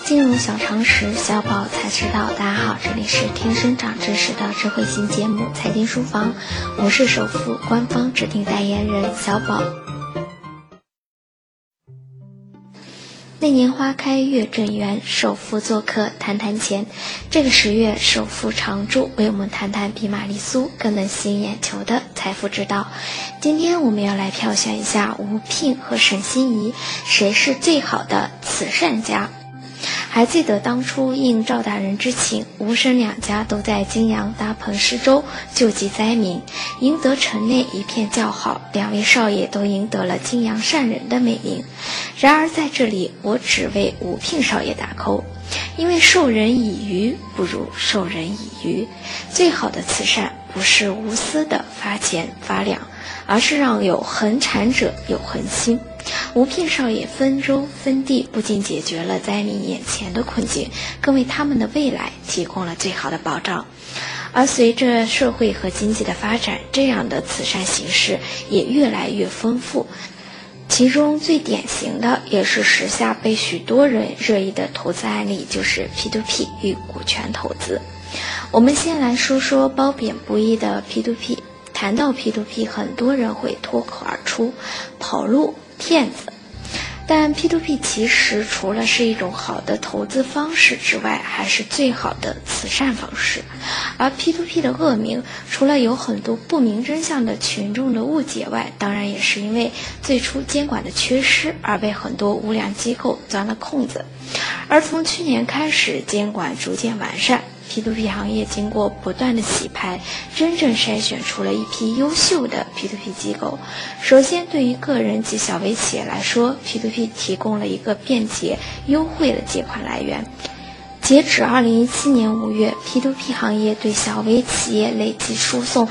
金融小常识，小宝才知道。大家好，这里是天生长知识的智慧型节目《财经书房》，我是首富官方指定代言人小宝。那年花开月正圆，首富做客谈谈钱。这个10月，首富常驻为我们谈谈比玛丽苏更能吸引眼球的财富之道。今天我们要来票选一下吴聘和沈心怡，谁是最好的慈善家。还记得当初应赵大人之请，吴沈两家都在金阳搭棚施粥救济灾民，赢得城内一片叫好，两位少爷都赢得了金阳善人的美名。然而在这里，我只为吴聘少爷打 call， 因为授人以鱼不如授人以渔。最好的慈善不是无私的发钱发粮，而是让有恒产者有恒心。吴聘少爷分州分地，不仅解决了灾民眼前的困境，更为他们的未来提供了最好的保障。而随着社会和经济的发展，这样的慈善形式也越来越丰富。其中最典型的，也是时下被许多人热议的投资案例，就是 P2P 与股权投资。我们先来说说褒贬不一的 P2P。谈到 P2P， 很多人会脱口而出跑路骗子，但 P2P 其实除了是一种好的投资方式之外，还是最好的慈善方式。而 P2P 的恶名，除了有很多不明真相的群众的误解外，当然也是因为最初监管的缺失而被很多无良机构钻了空子。而从去年开始，监管逐渐完善，P2P 行业经过不断的洗牌，真正筛选出了一批优秀的 P2P 机构。首先，对于个人及小微企业来说， P2P 提供了一个便捷优惠的借款来源。截止2017年5月， P2P 行业对小微企业累计输送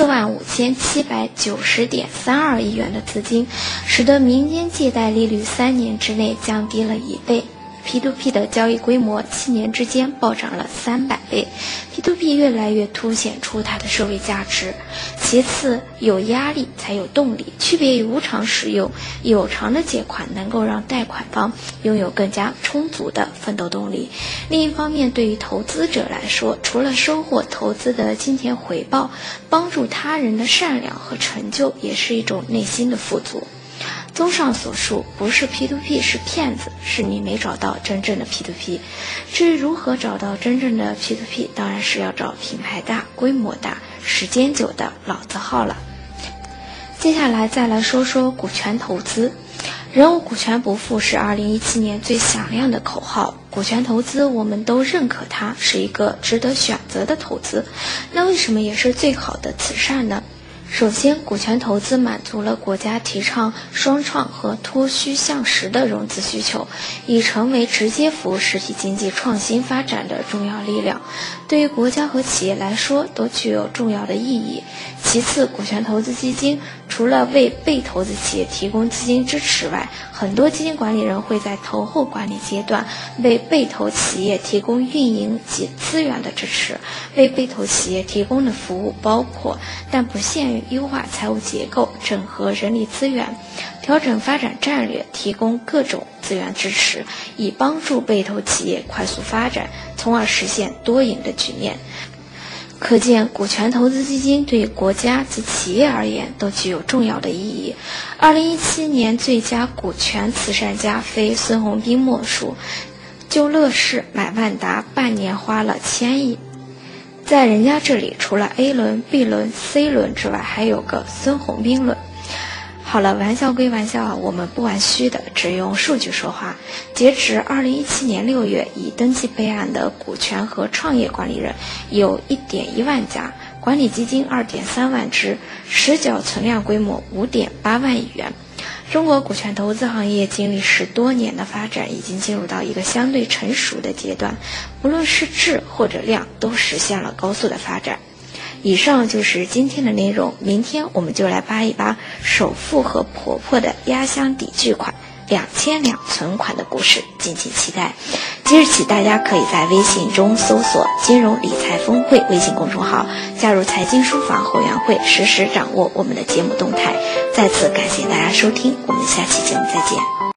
45790.32亿元的资金，使得民间借贷利率3年之内降低了1倍。P2P 的交易规模7年之间暴涨了300倍， P2P 越来越凸显出它的社会价值。其次，有压力才有动力，区别于无偿使用，有偿的借款能够让贷款方拥有更加充足的奋斗动力。另一方面，对于投资者来说，除了收获投资的金钱回报，帮助他人的善良和成就也是一种内心的富足。综上所述，不是 P2P 是骗子，是你没找到真正的 P2P。 至于如何找到真正的 P2P， 当然是要找品牌大、规模大、时间久的老字号了。接下来再来说说股权投资。人无股权不富是2017年最响亮的口号。股权投资我们都认可它是一个值得选择的投资，那为什么也是最好的慈善呢？首先，股权投资满足了国家提倡双创和脱虚向实的融资需求，已成为直接服务实体经济创新发展的重要力量，对于国家和企业来说都具有重要的意义。其次，股权投资基金除了为被投资企业提供资金支持外，很多基金管理人会在投后管理阶段为被投企业提供运营及资源的支持。为被投企业提供的服务包括但不限于优化财务结构、整合人力资源、调整发展战略，提供各种资源支持，以帮助被投企业快速发展，从而实现多赢的局面。可见，股权投资基金对国家及企业而言都具有重要的意义。2017年最佳股权慈善家非孙宏斌莫属，就乐视买万达半年花了1000亿。在人家这里，除了 A 轮、B 轮、C 轮之外，还有个孙宏斌轮。好了，玩笑归玩笑，我们不玩虚的，只用数据说话。截止2017年6月，已登记备案的股权和创业管理人有1.1万家，管理基金2.3万只，实缴存量规模5.8万亿元。中国股权投资行业经历10多年的发展，已经进入到一个相对成熟的阶段，不论是质或者量，都实现了高速的发展。以上就是今天的内容，明天我们就来扒一扒首富和婆婆的压箱底巨款2000两存款的故事，敬请期待。即日起，大家可以在微信中搜索金融理财峰会微信公众号，加入财经书房会员会，实时掌握我们的节目动态。再次感谢大家收听，我们下期节目